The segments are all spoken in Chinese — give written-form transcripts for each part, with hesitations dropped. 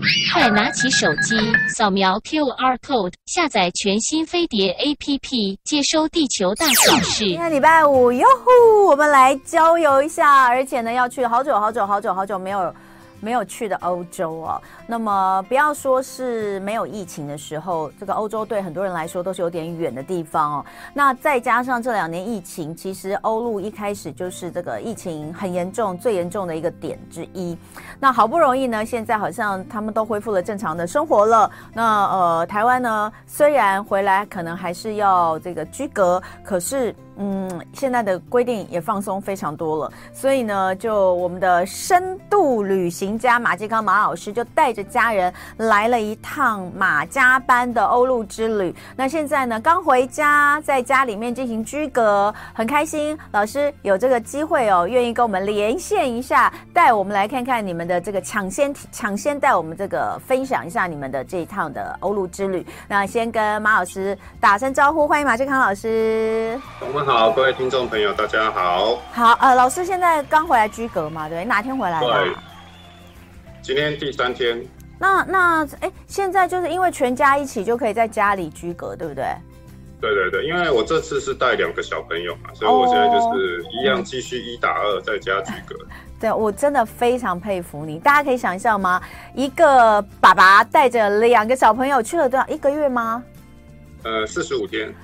快拿起手机，扫描 QR code， 下载全新飞碟 APP， 接收地球大小事。 今天礼拜五，哟呼，我们来郊游一下，而且呢，要去好久没有去的欧洲哦。那么不要说是没有疫情的时候，这个欧洲对很多人来说都是有点远的地方哦。那再加上这2年疫情，其实欧陆一开始就是这个疫情很严重，最严重的一个点之一。那好不容易呢，现在好像他们都恢复了正常的生活了。那台湾呢，虽然回来可能还是要这个居隔，可是现在的规定也放松非常多了，所以呢，就我们的深度旅行家马继康马老师就带着家人来了一趟马家班的欧陆之旅。那现在呢，刚回家，在家里面进行居隔，很开心。老师有这个机会哦，愿意跟我们连线一下，带我们来看看你们的这个抢先带我们这个分享一下你们的这一趟的欧陆之旅。那先跟马老师打声招呼，欢迎马继康老师。 我们好，各位听众朋友，大家好。 好，老师现在刚回来居隔嘛，对，哪天回来的？ 对，今天第3天。 那现在就是因为全家一起就可以在家里居隔，对不对？ 对，因为我这次是带2个小朋友嘛，所以我现在就是一样继续1打2在家居隔。 对，我真的非常佩服你。大家可以想象吗？一个爸爸带着2个小朋友去了多少？1个月吗 ？45天。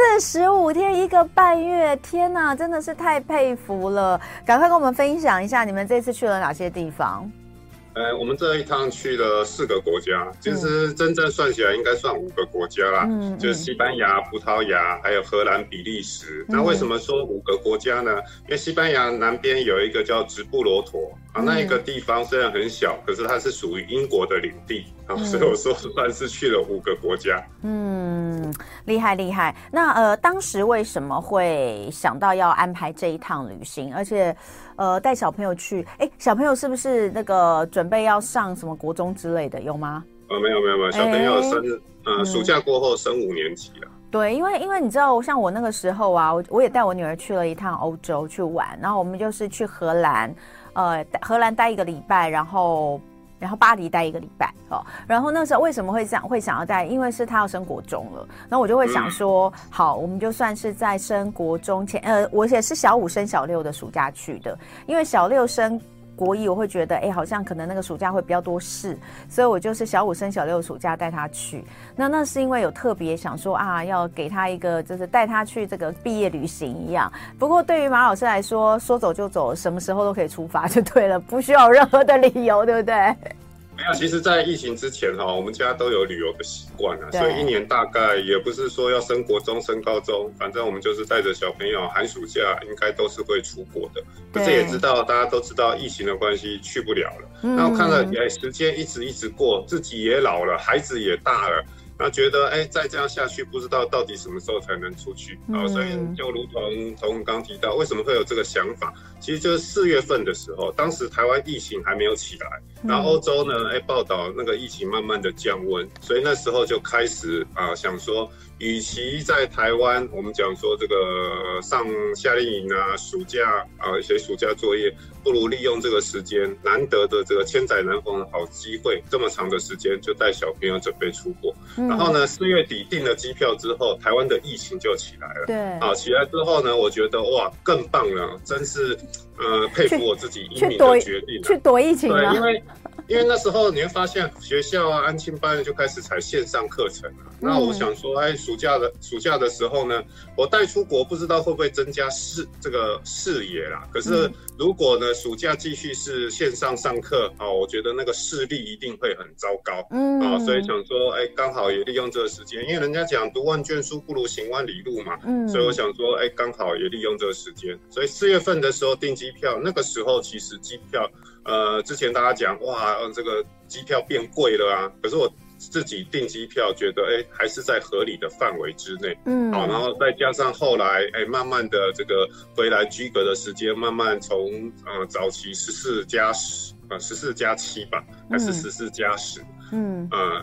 45天，1个半月，天哪，真的是太佩服了！赶快跟我们分享一下你们这次去了哪些地方？ 我们这一趟去了4个国家，其实真正算起来应该算5个国家啦，就是西班牙、葡萄牙，还有荷兰、比利时。那为什么说5个国家呢？因为西班牙南边有一个叫直布罗陀啊，那一个地方虽然很小，可是它是属于英国的领地啊，所以我说算是去了5个国家。 厉害。那当时为什么会想到要安排这一趟旅行，而且带小朋友去？小朋友是不是那个准备要上什么国中之类的，有吗？ 没有，小朋友暑假过后升5年级了。 对，因为你知道，像我那个时候啊，我也带我女儿去了一趟欧洲去玩，然后我们就是去荷兰，荷兰待1个礼拜，然后巴黎待1个礼拜哦。然后那时候为什么会想要带？因为是他要升国中了，然后我就会想说，好，我们就算是在升国中前，我也是小5升小6的暑假去的，因为小6升国1我会觉得好像可能那个暑假会比较多事，所以我就是小5升小6的暑假带他去。那是因为有特别想说啊，要给他一个就是带他去这个毕业旅行一样。不过对于马老师来说，说走就走，什么时候都可以出发就对了，不需要任何的理由，对不对？ 没有，其实在疫情之前我们家都有旅游的习惯啊，所以1年大概也不是说要升国中升高中，反正我们就是带着小朋友寒暑假应该都是会出国的。可是也知道大家都知道疫情的关系去不了了，那我看了时间一直过，自己也老了，孩子也大了，然后觉得再这样下去不知道到底什么时候才能出去，所以就如同刚提到为什么会有这个想法，其实就是4月份的时候，当时台湾疫情还没有起来，然后欧洲呢报道那个疫情慢慢的降温，所以那时候就开始想说，与其在台湾我们讲说这个上夏令营啊，暑假一些暑假作业，不如利用这个时间，难得的这个千载难逢的好机会，这么长的时间就带小朋友准备出国。然后呢，4月底订了机票之后，台湾的疫情就起来了。 对， 起来之后呢，我觉得哇，更棒了，真是佩服我自己英明的决定去躲疫情了。 对，因为那时候你会发现学校安亲班就开始采线上课程了。那我想说，暑假的时候呢，我带出国不知道会不会增加这个视野啦。可是如果呢暑假继续是线上上课我觉得那个视力一定会很糟糕。所以想说，刚好也利用这个时间，因为人家讲读万卷书不如行万里路嘛。所以我想说，刚好也利用这个时间。所以4月份的时候订机票，那个时候其实机票之前大家讲哇这个机票变贵了啊，可是我自己订机票觉得还是在合理的范围之内。然后再加上后来慢慢的这个回来居隔的时间，慢慢从早期14+10 14+7吧，还是14+10。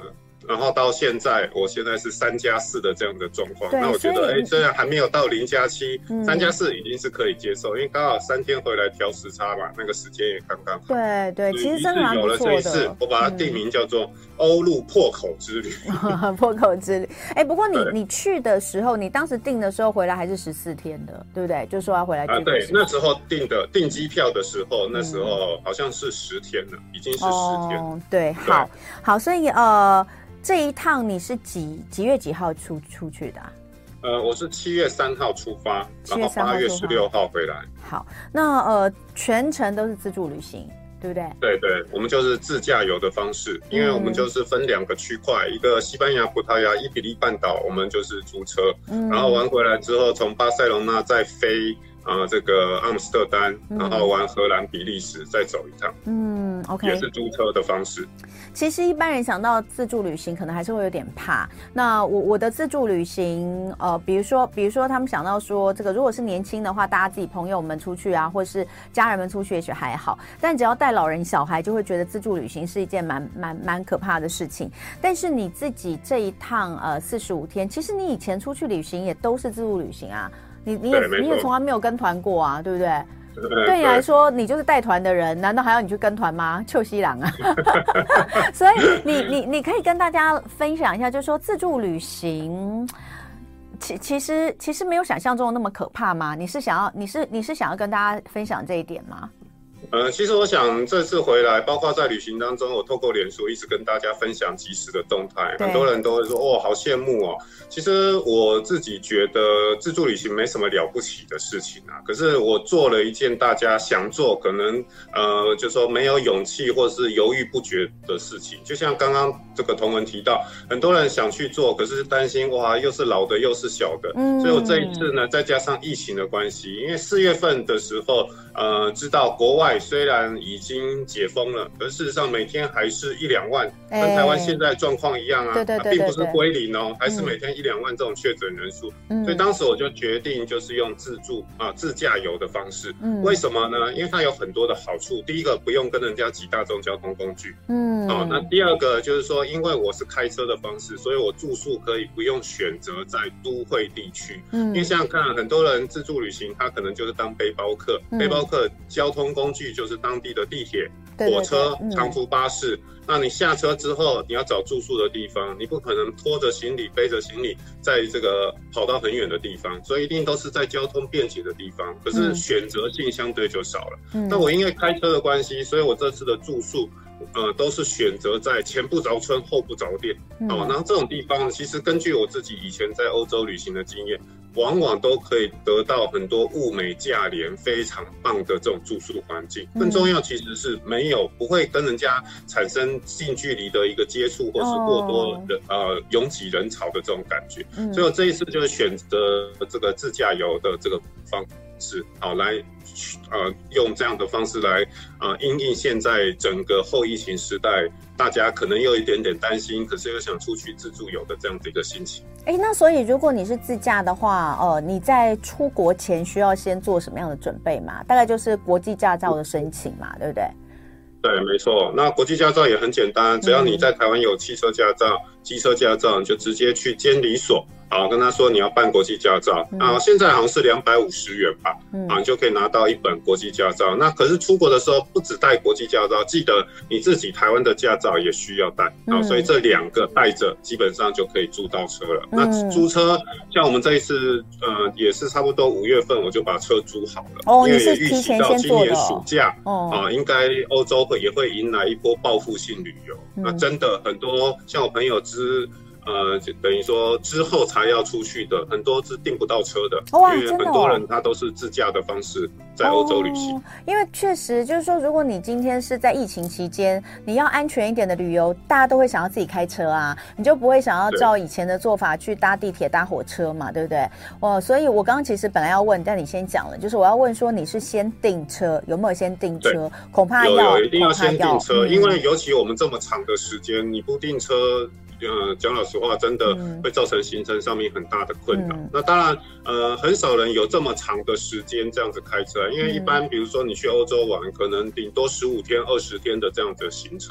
然后到现在，我现在是3+4的这样的状况。 对， 那我觉得，虽然还没有到0+7，3+4已经是可以接受，因为刚好3天回来调时差嘛，那个时间也刚刚好。 对对，其实真的蛮不错的。有了这一次， 我把它定名叫做欧陆破口之旅。 破口之旅。不过你去的时候，你当时订的时候回来还是14天的，对不对？就说要回来啊， 对，那时候订机票的时候，那时候好像是10天了，已经是10天了。 对，好，所以这一趟你是几月几号出去的我是7月3号出发，然后8月16号回来。 好，那全程都是自助旅行，对不对？ 对对，我们就是自驾游的方式，因为我们就是分2个区块，一个西班牙、葡萄牙、伊比利半岛，我们就是租车，然后玩回来之后，从巴塞隆纳再飞这个阿姆斯特丹，然后玩荷兰、比利时，再走一趟。 OK， 也是租车的方式。 其实一般人想到自助旅行，可能还是会有点怕。那我的自助旅行，比如说他们想到说，这个如果是年轻的话，大家自己朋友们出去啊，或是家人们出去，也许还好。但只要带老人、小孩，就会觉得自助旅行是一件蛮可怕的事情。但是你自己这一趟45天，其实你以前出去旅行也都是自助旅行啊。你也从来没有跟团过啊，对不对？对你来说，你就是带团的人，难道还要你去跟团吗？臭西郎啊！所以你可以跟大家分享一下，就是说自助旅行，其实没有想象中的那么可怕吗？你是想要跟大家分享这一点吗？ 其实我想这次回来，包括在旅行当中，我透过脸书一直跟大家分享即时的动态，很多人都会说哦，好羡慕哦。其实我自己觉得自助旅行没什么了不起的事情啊，可是我做了一件大家想做，可能就说没有勇气或是犹豫不决的事情。就像刚刚这个同文提到，很多人想去做，可是担心哇，又是老的又是小的，所以我这一次呢，再加上疫情的关系，因为4月份的时候，知道国外虽然已经解封了，可是事实上每天还是1-2万，跟台湾现在状况一样啊，并不是归零哦，还是每天1-2万这种确诊人数。所以当时我就决定就是用自驾游的方式。为什么呢？因为它有很多的好处。第一个，不用跟人家挤大众交通工具。那第二个就是说，因为我是开车的方式，所以我住宿可以不用选择在都会地区。因为想想看，很多人自助旅行，他可能就是当背包客，背包客交通工具就是当地的地铁、火车、长途巴士。那你下车之后，你要找住宿的地方，你不可能拖着行李、背着行李，在这个跑到很远的地方，所以一定都是在交通便捷的地方。可是选择性相对就少了。那我因为开车的关系，所以我这次的住宿，都是选择在前不着村后不着店。然后这种地方，其实根据我自己以前在欧洲旅行的经验，往往都可以得到很多物美价廉、非常棒的这种住宿环境。更重要其实是不会跟人家产生近距离的一个接触，或是过多的拥挤人潮的这种感觉。所以我这一次就是选择这个自驾游的这个方式，来用这样的方式来因应现在整个后疫情时代，大家可能有一点点担心，可是又想出去自助游的这样的一个心情。 那所以如果你是自驾的话，你在出国前需要先做什么样的准备吗？大概就是国际驾照的申请嘛，对不对？ 对，没错。那国际驾照也很简单，只要你在台湾有汽车驾照、机车驾照，你就直接去监理所，跟他说你要办国际驾照。现在好像是250元吧，你就可以拿到一本国际驾照。那可是出国的时候不只带国际驾照，记得你自己台湾的驾照也需要带。所以这2个带着，基本上就可以租到车了。那租车，像我们这一次，也是差不多5月份我就把车租好了，因为也预期到今年暑假，应该欧洲也会迎来一波报复性旅游。那真的很多像我朋友等于说之后才要出去的，很多是订不到车的，因为很多人他都是自驾的方式在欧洲旅行。 因为确实就是说，如果你今天是在疫情期间，你要安全一点的旅游，大家都会想要自己开车啊，你就不会想要照以前的做法去搭地铁、搭火车嘛，对不对？所以我刚刚其实本来要问，但你先讲了，就是我要问说你是先订车，有没有先订车？恐怕有一定要先订车，因为尤其我们这么长的时间，你不订车。讲老实话，真的会造成行程上面很大的困扰。那当然，很少人有这么长的时间这样子开车，因为一般比如说你去欧洲玩，可能顶多15天、20天的这样子的行程。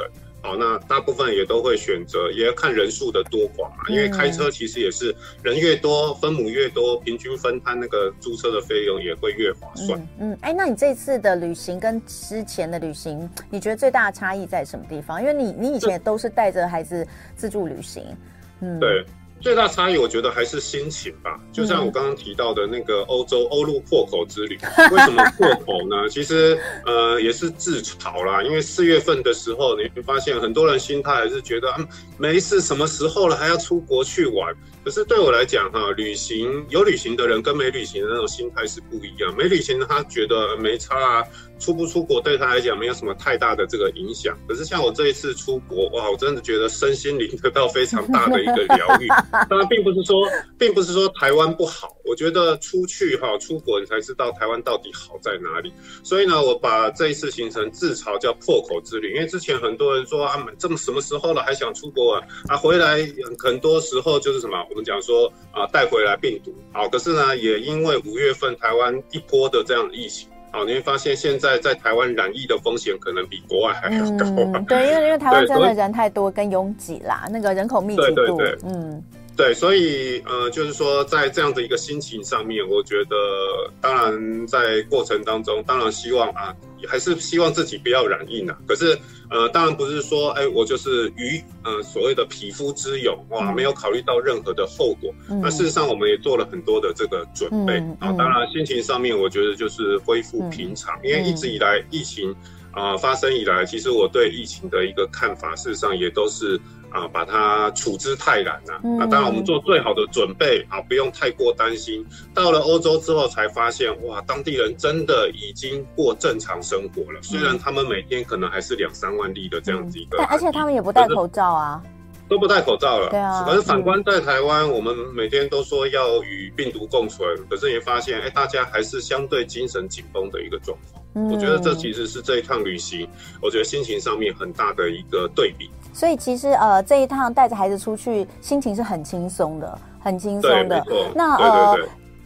好，那大部分也都会选择，也要看人数的多寡嘛，因为开车其实也是人越多，分母越多，平均分摊那个租车的费用也会越划算。 那你这次的旅行跟之前的旅行，你觉得最大的差异在什么地方？因为你以前也都是带着孩子自助旅行， 对。最大差异，我觉得还是心情吧。就像我刚刚提到的那个欧陆破口之旅，为什么破口呢？其实也是自嘲啦。因为4月份的时候，你会发现很多人心态还是觉得没事，什么时候了还要出国去玩。可是对我来讲有旅行的人跟没旅行的那种心态是不一样。没旅行的他觉得没差啊，出不出国对他来讲没有什么太大的这个影响。可是像我这一次出国，哇，我真的觉得身心灵得到非常大的一个疗愈。当然并不是说台湾不好，我觉得出国你才知道台湾到底好在哪里。所以呢，我把这一次行程自嘲叫破口之旅，因为之前很多人说这么什么时候了还想出国啊，回来很多时候就是什么，我们讲说带回来病毒。好，可是呢，也因为5月份台湾一波的这样的疫情。你会发现现在在台湾染疫的风险可能比国外还要高。 对，因为台湾真的人太多跟拥挤啦，那个人口密集度。 对，所以就是说在这样的一个心情上面，我觉得当然在过程当中，当然希望还是希望自己不要染疫可是当然不是说我就是所谓的匹夫之勇没有考虑到任何的后果。那事实上我们也做了很多的这个准备当然心情上面我觉得就是恢复平常，因为一直以来疫情发生以来，其实我对疫情的一个看法，事实上也都是把它处之泰然那当然我们做最好的准备不用太过担心。到了欧洲之后才发现，哇，当地人真的已经过正常生活了。虽然他们每天可能还是2-3万例的这样子一个， 而且他们也不戴口罩啊。 都不戴口罩了。 对啊。 可是反观在台湾，我们每天都说要与病毒共存，可是也发现，大家还是相对精神紧绷的一个状况。我觉得这其实是这一趟旅行，我觉得心情上面很大的一个对比。 所以其实这一趟带着孩子出去，心情是很轻松的，很轻松的。 对，没错。 那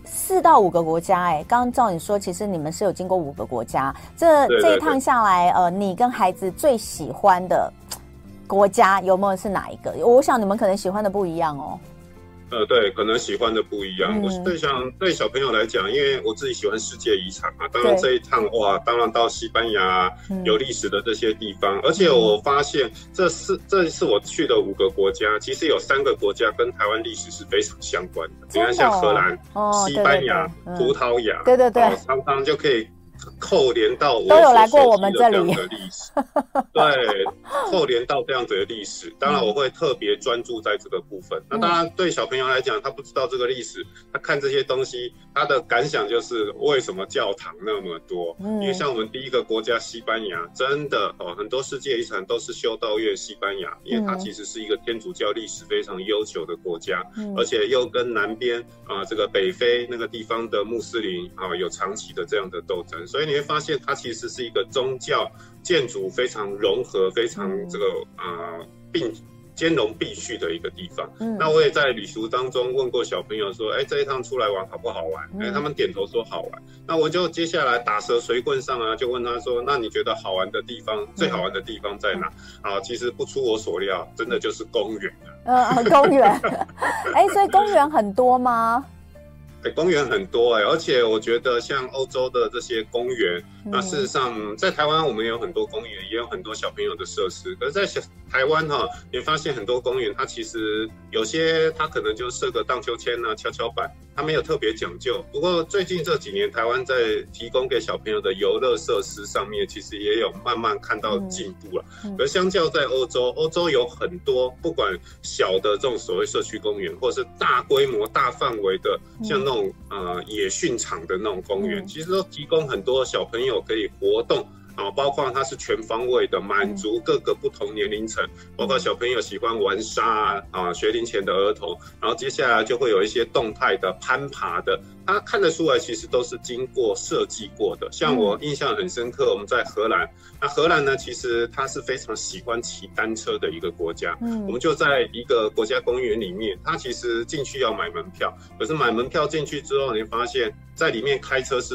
4到5个国家，刚刚照你说，其实你们是有经过5个国家。这一趟下来，你跟孩子最喜欢的国家有没有是哪一个？我想你们可能喜欢的不一样哦。 对，可能喜欢的不一样。我对小朋友来讲，因为我自己喜欢世界遗产当然这一趟当然到西班牙有历史的这些地方，而且我发现这一次我去的5个国家，其实有3个国家跟台湾历史是非常相关的。你看像荷兰、西班牙、葡萄牙， 对， 常常就可以扣连到我都有来过我们这里的历史，对，扣连到这样子的历史。当然我会特别专注在这个部分。那当然对小朋友来讲，他不知道这个历史，他看这些东西，他的感想就是为什么教堂那么多？因为像我们第一个国家西班牙，真的很多世界遗产都是修道院西班牙，因为它其实是一个天主教历史非常悠久的国家，而且又跟南边这个北非那个地方的穆斯林有长期的这样的斗争。所以你会发现，它其实是一个宗教建筑非常融合、非常这个兼容并蓄的一个地方。那我也在旅途当中问过小朋友说，这一趟出来玩好不好玩？他们点头说好玩。那我就接下来打蛇随棍上就问他说，那你觉得好玩的地方，最好玩的地方在哪？其实不出我所料，真的就是公园公园。所以公园很多吗？ 公园很多而且我觉得像欧洲的这些公园，那事实上在台湾我们也有很多公园，也有很多小朋友的设施。可是在台湾你发现很多公园它其实有些它可能就设个荡秋千跷跷板，它没有特别讲究。不过最近这几年台湾在提供给小朋友的游乐设施上面，其实也有慢慢看到进步了。而相较在欧洲有很多不管小的这种所谓社区公园，或者是大规模大范围的像那种野训场的那种公园，其实都提供很多小朋友可以活动包括它是全方位的满足各个不同年龄层，包括小朋友喜欢玩沙学龄前的儿童，然后接下来就会有一些动态的攀爬的，它看得出来其实都是经过设计过的。像我印象很深刻，我们在荷兰，那荷兰呢其实它是非常喜欢骑单车的一个国家。我们就在一个国家公园里面，它其实进去要买门票，可是买门票进去之后，你发现在里面开车是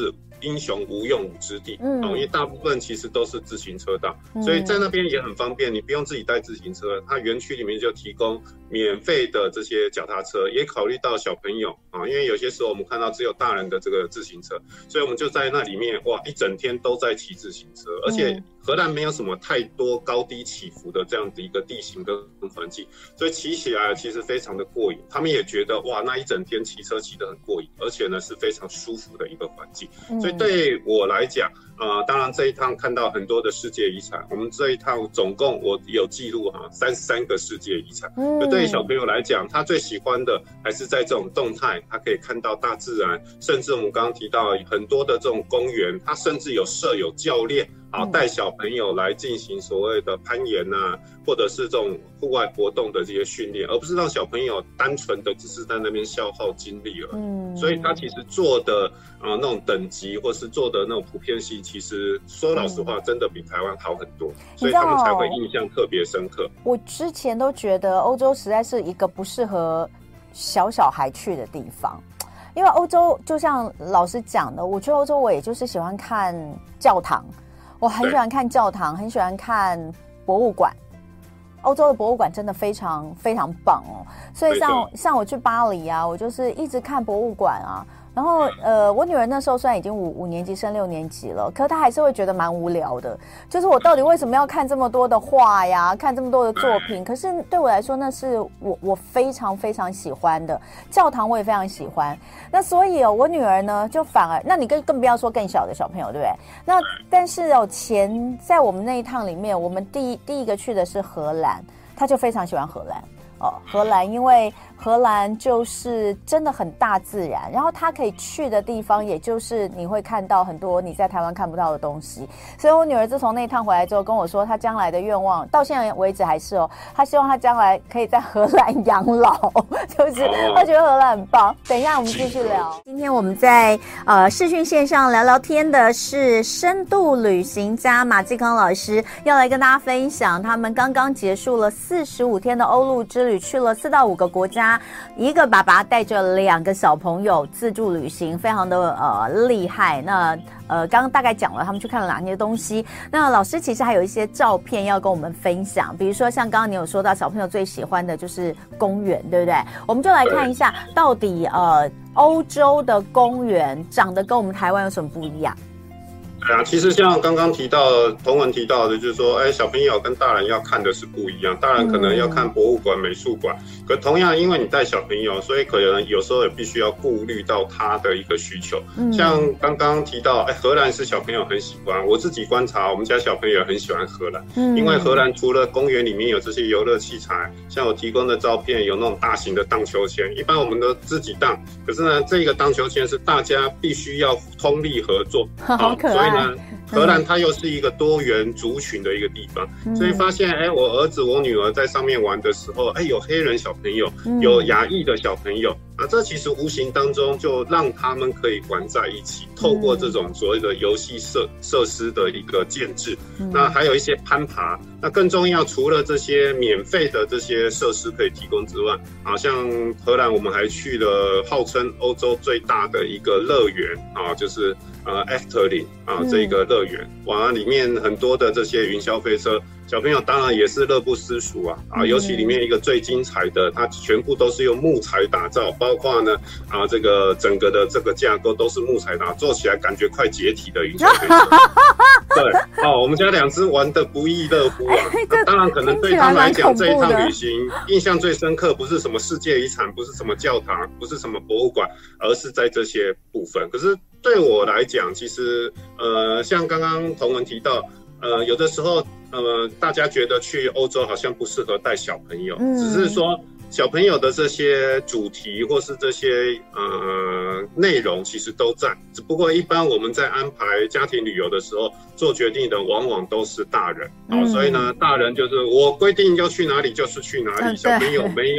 英雄无用武之地，因为大部分其实都是自行车道，所以在那边也很方便，你不用自己带自行车，它园区里面就提供免费的这些脚踏车，也考虑到小朋友因为有些时候我们看到只有大人的这个自行车，所以我们就在那里面一整天都在骑自行车，而且荷兰没有什么太多高低起伏的这样的一个地形跟环境，所以骑起来其实非常的过瘾，他们也觉得那一整天骑车骑得很过瘾，而且呢是非常舒服的一个环境，所以对我来讲当然这一趟看到很多的世界遗产，我们这一趟总共我有记录33个世界遗产，就对于小朋友来讲，他最喜欢的还是在这种动态，他可以看到大自然，甚至我们刚刚提到很多的这种公园，他甚至有设有教练带小朋友来进行所谓的攀岩或者是这种户外活动的这些训练，而不是让小朋友单纯的只是在那边消耗精力而已。所以他其实做的那种等级或是做的那种普遍性，其实说老实话真的比台湾好很多，所以他们才会印象特别深刻。 我之前都觉得欧洲实在是一个不适合小孩去的地方，因为欧洲就像老师讲的，我去欧洲我也就是喜欢看教堂，我很喜欢看教堂，很喜欢看博物馆。欧洲的博物馆真的非常非常棒所以像我去巴黎我就是一直看博物馆然后我女儿那时候虽然已经五年级升6年级了，可是她还是会觉得蛮无聊的，就是我到底为什么要看这么多的画呀，看这么多的作品，可是对我来说那是我非常非常喜欢的，教堂我也非常喜欢，那所以我女儿呢就反而，那你更不要说更小的小朋友对不对，那但是在我们那一趟里面，我们第一个去的是荷兰，她就非常喜欢荷兰荷兰，因为荷兰就是真的很大自然，然后他可以去的地方也就是你会看到很多你在台湾看不到的东西，所以我女儿自从那一趟回来之后跟我说，她将来的愿望到现在为止还是她希望她将来可以在荷兰养老，就是她觉得荷兰很棒。等一下我们继续聊。今天我们在视讯线上聊聊天的是深度旅行家马继康老师，要来跟大家分享他们刚刚结束了45天的欧陆之旅，去了4到5个国家，一个爸爸带着2个小朋友自助旅行，非常的厉害。那刚刚大概讲了他们去看了哪些东西，那老师其实还有一些照片要跟我们分享，比如说像刚刚你有说到小朋友最喜欢的就是公园，对不对？我们就来看一下到底欧洲的公园长得跟我们台湾有什么不一样。 其实像刚刚同文提到的，就是说小朋友跟大人要看的是不一样，大人可能要看博物馆美术馆，可同样因为你带小朋友，所以可能有时候也必须要顾虑到他的一个需求。像刚刚提到荷兰是小朋友很喜欢，我自己观察我们家小朋友很喜欢荷兰，因为荷兰除了公园里面有这些游乐器材，像我提供的照片有那种大型的荡秋千，一般我们都自己荡，可是呢这个荡秋千是大家必须要通力合作， 好可爱。 所以呢荷兰它又是一个多元族群的一个地方，所以发现我儿子我女儿在上面玩的时候，有黑人小朋友，有亚裔的小朋友，这其实无形当中就让他们可以玩在一起，透过这种所谓的游戏设施的一个建制，那还有一些攀爬，那更重要，除了这些免费的这些设施可以提供之外，像荷兰我们还去了号称欧洲最大的一个乐园就是Efteling 这个乐园，里面很多的这些云霄飞车，小朋友当然也是乐不思蜀尤其里面一个最精彩的，它全部都是用木材打造，包括呢这个整个的这个架构都是木材打造，做起来感觉快解体的云霄飞车。对我们家2只玩得不亦乐乎当然可能对他们来讲这一趟旅行印象最深刻不是什么世界遗产，不是什么教堂，不是什么博物馆，而是在这些部分。可是对我来讲，其实像刚刚同文提到有的时候大家觉得去欧洲好像不适合带小朋友，只是说小朋友的这些主题或是这些内容其实都在，只不过一般我们在安排家庭旅游的时候做决定的往往都是大人所以呢大人就是我规定要去哪里就是去哪里，小朋友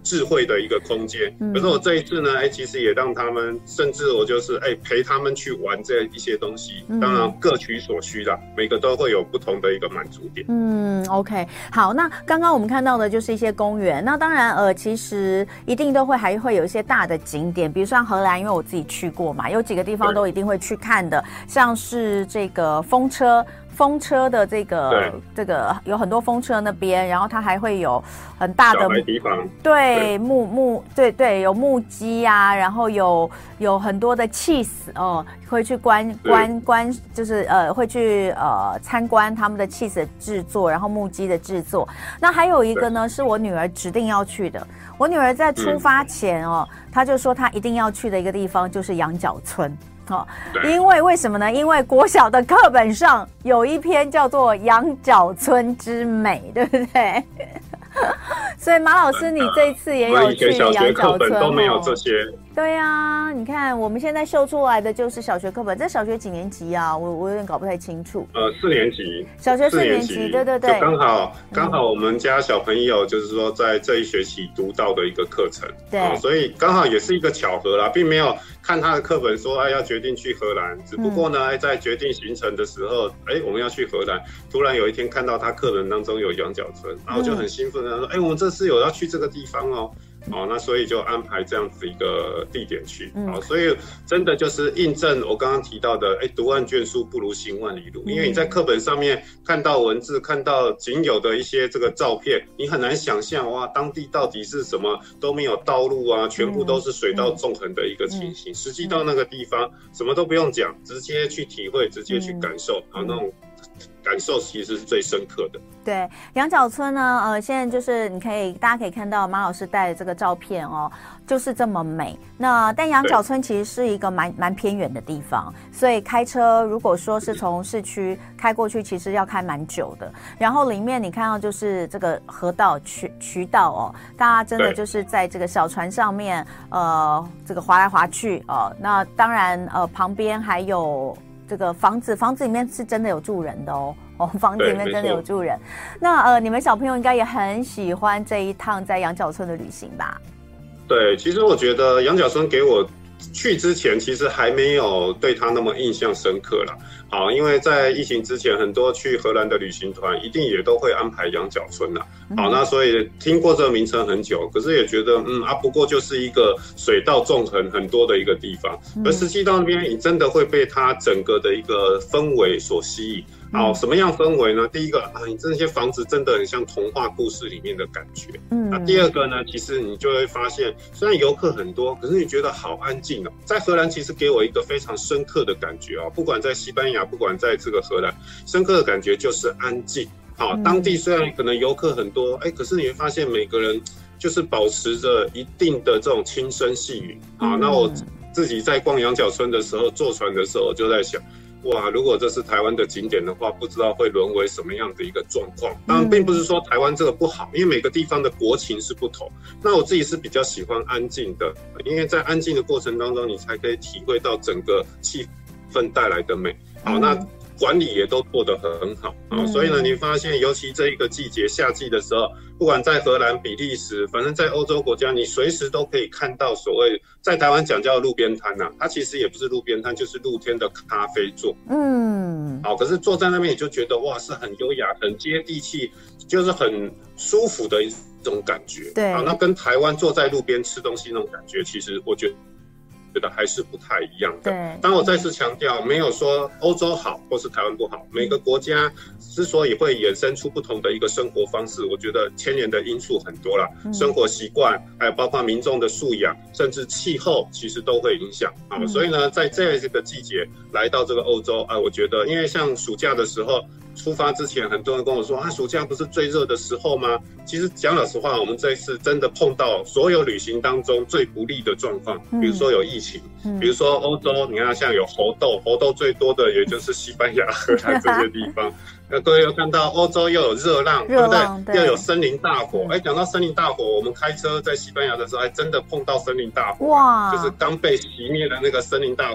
智慧的一个空间。可是我这一次呢，其实也让他们，甚至我就是陪他们去玩这一些东西，当然各取所需啦，每个都会有不同的一个满足点。 OK， 好，那刚刚我们看到的就是一些公园，那当然其实一定都还会有一些大的景点，比如像荷兰，因为我自己去过嘛，有几个地方都一定会去看的，像是这个风车的这个有很多风车那边，然后它还会有很大的地方， 对对有木屐啊，然后有很多的 cheese 会去观就是会去参观他们的 cheese 的制作，然后木屐的制作。那还有一个呢是我女儿指定要去的，我女儿在出发前她就说她一定要去的一个地方就是羊角村。因为什么呢？因为国小的课本上有一篇叫做《羊角村之美》，对不对？所以马老师，你这一次也有去羊角村， 都没有这些。 对啊，你看我们现在秀出来的就是小学课本，这小学几年级啊？我有点搞不太清楚。 4年级， 小学4年级，对对对， 就刚好我们家小朋友就是说在这一学期读到的一个课程， 对， 所以刚好也是一个巧合啦，并没有看他的课本说要决定去荷兰，只不过呢在决定行程的时候，我们要去荷兰，突然有一天看到他课本当中有羊角村，然后就很兴奋的说，我们这次有要去这个地方哦。那所以就安排这样子一个地点去，所以真的就是印证我刚刚提到的，读万卷书不如行万里路，因为你在课本上面看到文字，看到仅有的一些这个照片，你很难想象哇，当地到底是什么都没有道路啊，全部都是水道纵横的一个情形。实际到那个地方，什么都不用讲，直接去体会，直接去感受，那种感受其实是最深刻的。 对，羊角村呢，现在就是大家可以看到马老师带的这个照片就是这么美。但羊角村其实是一个蛮偏远的地方，所以开车如果说是从市区开过去，其实要开蛮久的。然后里面你看到就是这个河道渠道大家真的就是在这个小船上面这个划来划去那当然旁边还有这个房子里面是真的有住人的房子里面真的有住人。那你们小朋友应该也很喜欢这一趟在羊角村的旅行吧？ 对，其实我觉得羊角村给我去之前其实还没有对他那么印象深刻啦。好，因为在疫情之前，很多去荷兰的旅行团一定也都会安排羊角村啦。好，那所以听过这个名称很久，可是也觉得不过就是一个水道纵横很多的一个地方，而实际到那边你真的会被它整个的一个氛围所吸引。好，什么样氛围呢？第一个你这些房子真的很像童话故事里面的感觉。那第二个呢，其实你就会发现，虽然游客很多，可是你觉得好安静在荷兰其实给我一个非常深刻的感觉不管在西班牙，不管在这个荷兰，深刻的感觉就是安静。好，当地虽然可能游客很多，可是你会发现每个人就是保持着一定的这种轻声细语。好，那我自己在逛羊角村的时候，坐船的时候，就在想，哇，如果这是台湾的景点的话，不知道会沦为什么样的一个状况。当然并不是说台湾这个不好，因为每个地方的国情是不同。那我自己是比较喜欢安静的，因为在安静的过程当中，你才可以体会到整个气氛带来的美。好，那管理也都做得很好所以呢，你发现尤其这一个季节夏季的时候，不管在荷兰、比利时，反正在欧洲国家，你随时都可以看到所谓在台湾讲叫路边摊它其实也不是路边摊，就是露天的咖啡座。好，可是坐在那边你就觉得哇，是很优雅、很接地气，就是很舒服的一种感觉。 对， 那跟台湾坐在路边吃东西那种感觉，其实我觉得还是不太一样的。 对， 当我再次强调，没有说欧洲好或是台湾不好，每个国家之所以会衍生出不同的一个生活方式，我觉得牵连的因素很多啦，生活习惯，还有包括民众的素养，甚至气候，其实都会影响所以呢，在这个季节来到这个欧洲，我觉得，因为像暑假的时候。出发之前，很多人跟我说暑假不是最热的时候吗？其实讲老实话，我们这一次真的碰到所有旅行当中最不利的状况，比如说有疫情，比如说欧洲，你看像有猴痘最多的也就是西班牙、荷兰这些地方。各位有看到欧洲又有热浪，对不对？又有森林大火。讲到森林大火，我们开车在西班牙的时候，还真的碰到森林大火，哇！就是刚被熄灭的那个森林大火。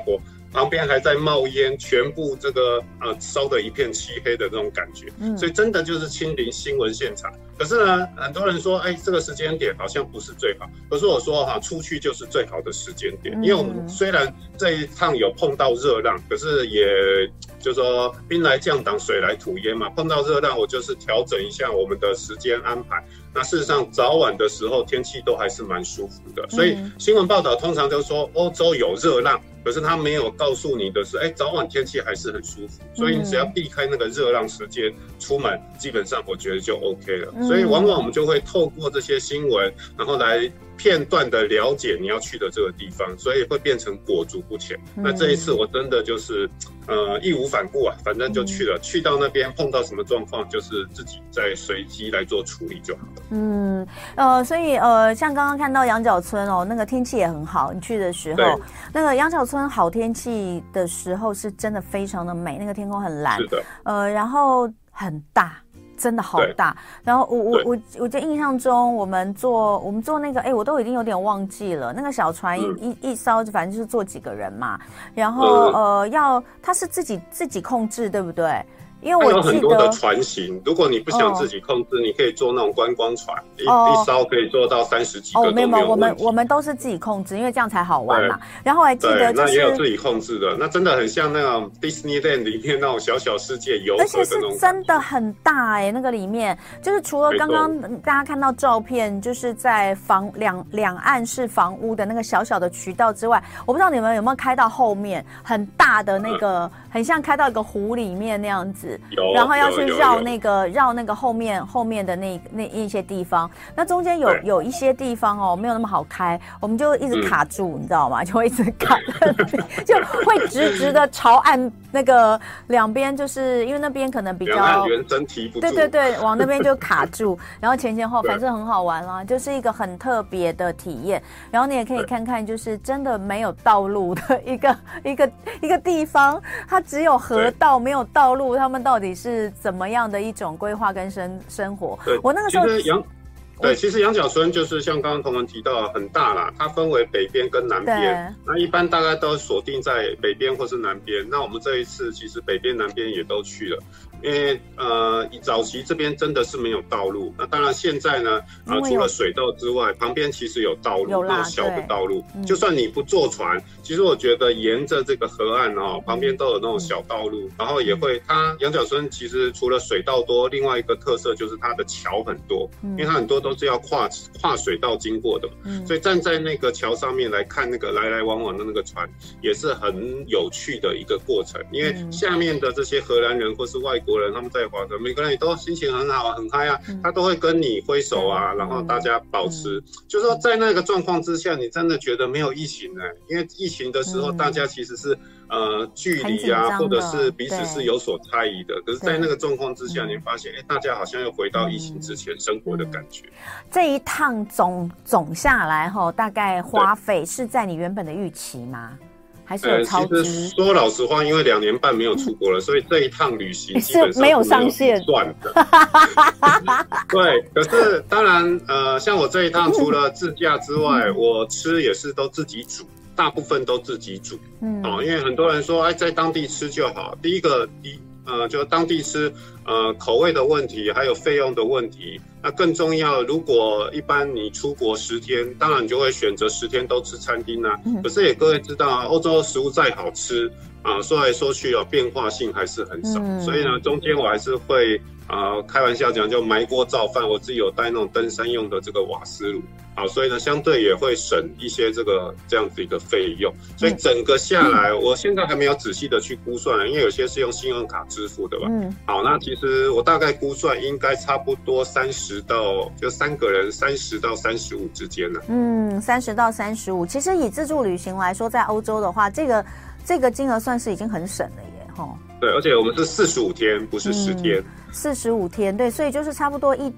旁边还在冒烟，全部这个烧得一片漆黑的那种感觉，所以真的就是亲临新闻现场。可是呢，很多人说，这个时间点好像不是最好。可是我说出去就是最好的时间点，因为我们虽然这一趟有碰到热浪，可是也就是说兵来将挡，水来土掩嘛。碰到热浪，我就是调整一下我们的时间安排。那事实上早晚的时候天气都还是蛮舒服的，所以新闻报道通常都说欧洲有热浪，可是他没有告诉你的是，早晚天气还是很舒服，所以你只要避开那个热浪时间出门，基本上我觉得就 OK 了。所以往往我们就会透过这些新闻，然后来片段的了解你要去的这个地方，所以会变成裹足不前。那这一次我真的就是义无反顾啊，反正就去了，去到那边碰到什么状况，就是自己再随机来做处理就好了。 所以像刚刚看到羊角村那个天气也很好，你去的时候，那个羊角村好天气的时候是真的非常的美，那个天空很蓝， 是的， 然后很大。真的好大，然后我记得印象中我们坐那个我都已经有点忘记了，那个小船一艘反正就是坐几个人嘛，然后它是自己控制对不对？因为我有很多的船型，如果你不想自己控制，你可以坐那种观光船，一艘可以坐到30几个都没有问题。 我们都是自己控制，因为这样才好玩嘛。然后我还记得那也有自己控制的，那真的很像那种 Disneyland 里面那种小小世界游河的那种，而且是真的很大那个里面就是除了刚刚大家看到照片，就是在两岸是房屋的那个小小的渠道之外，我不知道你们有没有开到后面很大的那个，很像开到一个湖里面那样子。然后要去绕那个后面的那一些地方，那中间有一些地方没有那么好开，我们就一直卡住，你知道吗？就会一直卡，就会直的朝岸那个两边，就是因为那边可能比较原真提不住， 对，往那边就卡住，然后前后反正很好玩啦，就是一个很特别的体验。然后你也可以看看，就是真的没有道路的一个地方，它只有河道没有道路，他们到底是怎么样的一种规划跟生活？我那个时候其实羊角村就是像刚刚同文提到很大啦，它分为北边跟南边，那一般大概都锁定在北边或是南边。那我们这一次其实北边南边也都去了，因为早期这边真的是没有道路，那当然现在呢除了水道之外，旁边其实有道路，那种小的道路，就算你不坐船，其实我觉得沿着这个河岸旁边都有那种小道路，然后也会它羊角村其实除了水道多，另外一个特色就是它的桥很多，因为它很多都是要跨水道经过的，所以站在那个桥上面来看那个来来往往的那个船，也是很有趣的一个过程。因为下面的这些荷兰人或是外国人，他们在划船，每个人也都心情很好很嗨啊，他都会跟你挥手啊，然后大家保持，就是说在那个状况之下，你真的觉得没有疫情因为疫情的时候，大家其实是距离啊，或者是彼此是有所猜疑的。可是，在那个状况之下，你发现，大家好像又回到疫情之前生活的感觉。 这一趟总下来大概花费是在你原本的预期吗？还是有超支？ 其实说老实话，因为2年半没有出国了，所以这一趟旅行基本上没有上限算的。对，可是当然，像我这一趟除了自驾之外，我吃也是都自己煮。大部分都自己煮，因为很多人说，在当地吃就好。第一个，就当地吃，口味的问题，还有费用的问题。那更重要，如果一般你出国10天，当然你就会选择10天都吃餐厅啊。可是也各位知道，欧洲食物再好吃说来说去变化性还是很少。所以呢，中间我还是会开玩笑讲，就埋锅造饭。我自己有带那种登山用的这个瓦斯炉。所以呢，相对也会省一些这样子一个费用，所以整个下来，我现在还没有仔细的去估算，因为有些是用信用卡支付的吧。好，那其实我大概估算应该差不多30到就3个人30到35之间呢。 30到35，其实以自助旅行来说，在欧洲的话，这个金额算是已经很省了耶， 对，而且我们是45天，不是10天。 45天，对，所以就是差不多一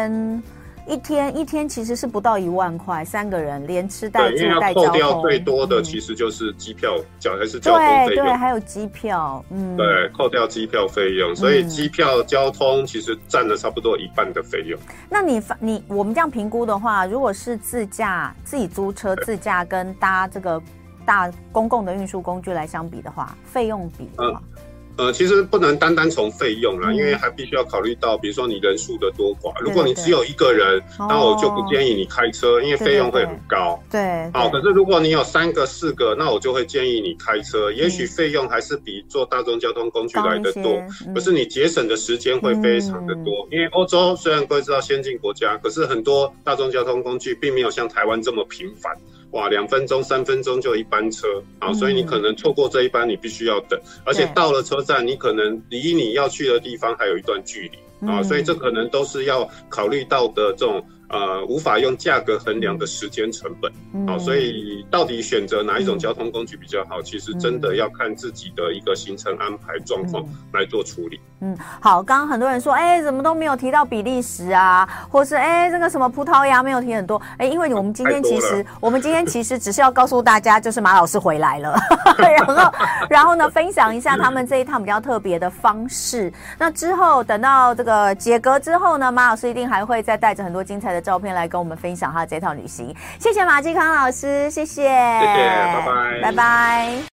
天其实是不到1万块，3个人连吃带住带交通。 扣掉最多的其实就是机票，还是交通费用。 对，还有机票， 对，扣掉机票费用，所以机票、交通其实占了差不多1半的费用。 那我们这样评估的话，如果是自驾、自己租车、自驾跟搭这个大公共的运输工具来相比的话，费用比的话。 其实不能单单从费用啦，因为还必须要考虑到，比如说你人数的多寡。如果你只有一个人，那我就不建议你开车，因为费用会很高。 对， 好，可是如果你有3个、4个，那我就会建议你开车，也许费用还是比坐大众交通工具来的多，可是你节省的时间会非常的多。因为欧洲虽然各位知道先进国家，可是很多大众交通工具并没有像台湾这么频繁。哇，2分钟、3分钟就一班车，好，所以你可能错过这一班，你必须要等，而且到了车站，你可能离你要去的地方还有一段距离，啊，所以这可能都是要考虑到的这种无法用价格衡量的时间成本，好，所以到底选择哪一种交通工具比较好，其实真的要看自己的一个行程安排状况来做处理。 好，刚刚很多人说，怎么都没有提到比利时啊，或是这个什么葡萄牙没有提很多，因为我们今天其实只是要告诉大家，就是马老师回来了，然后呢，分享一下他们这一趟比较特别的方式。那之后等到这个解隔之后呢，马老师一定还会再带着很多精彩的照片来跟我们分享他的这趟旅行。谢谢马继康老师，谢谢， 拜拜， 拜拜。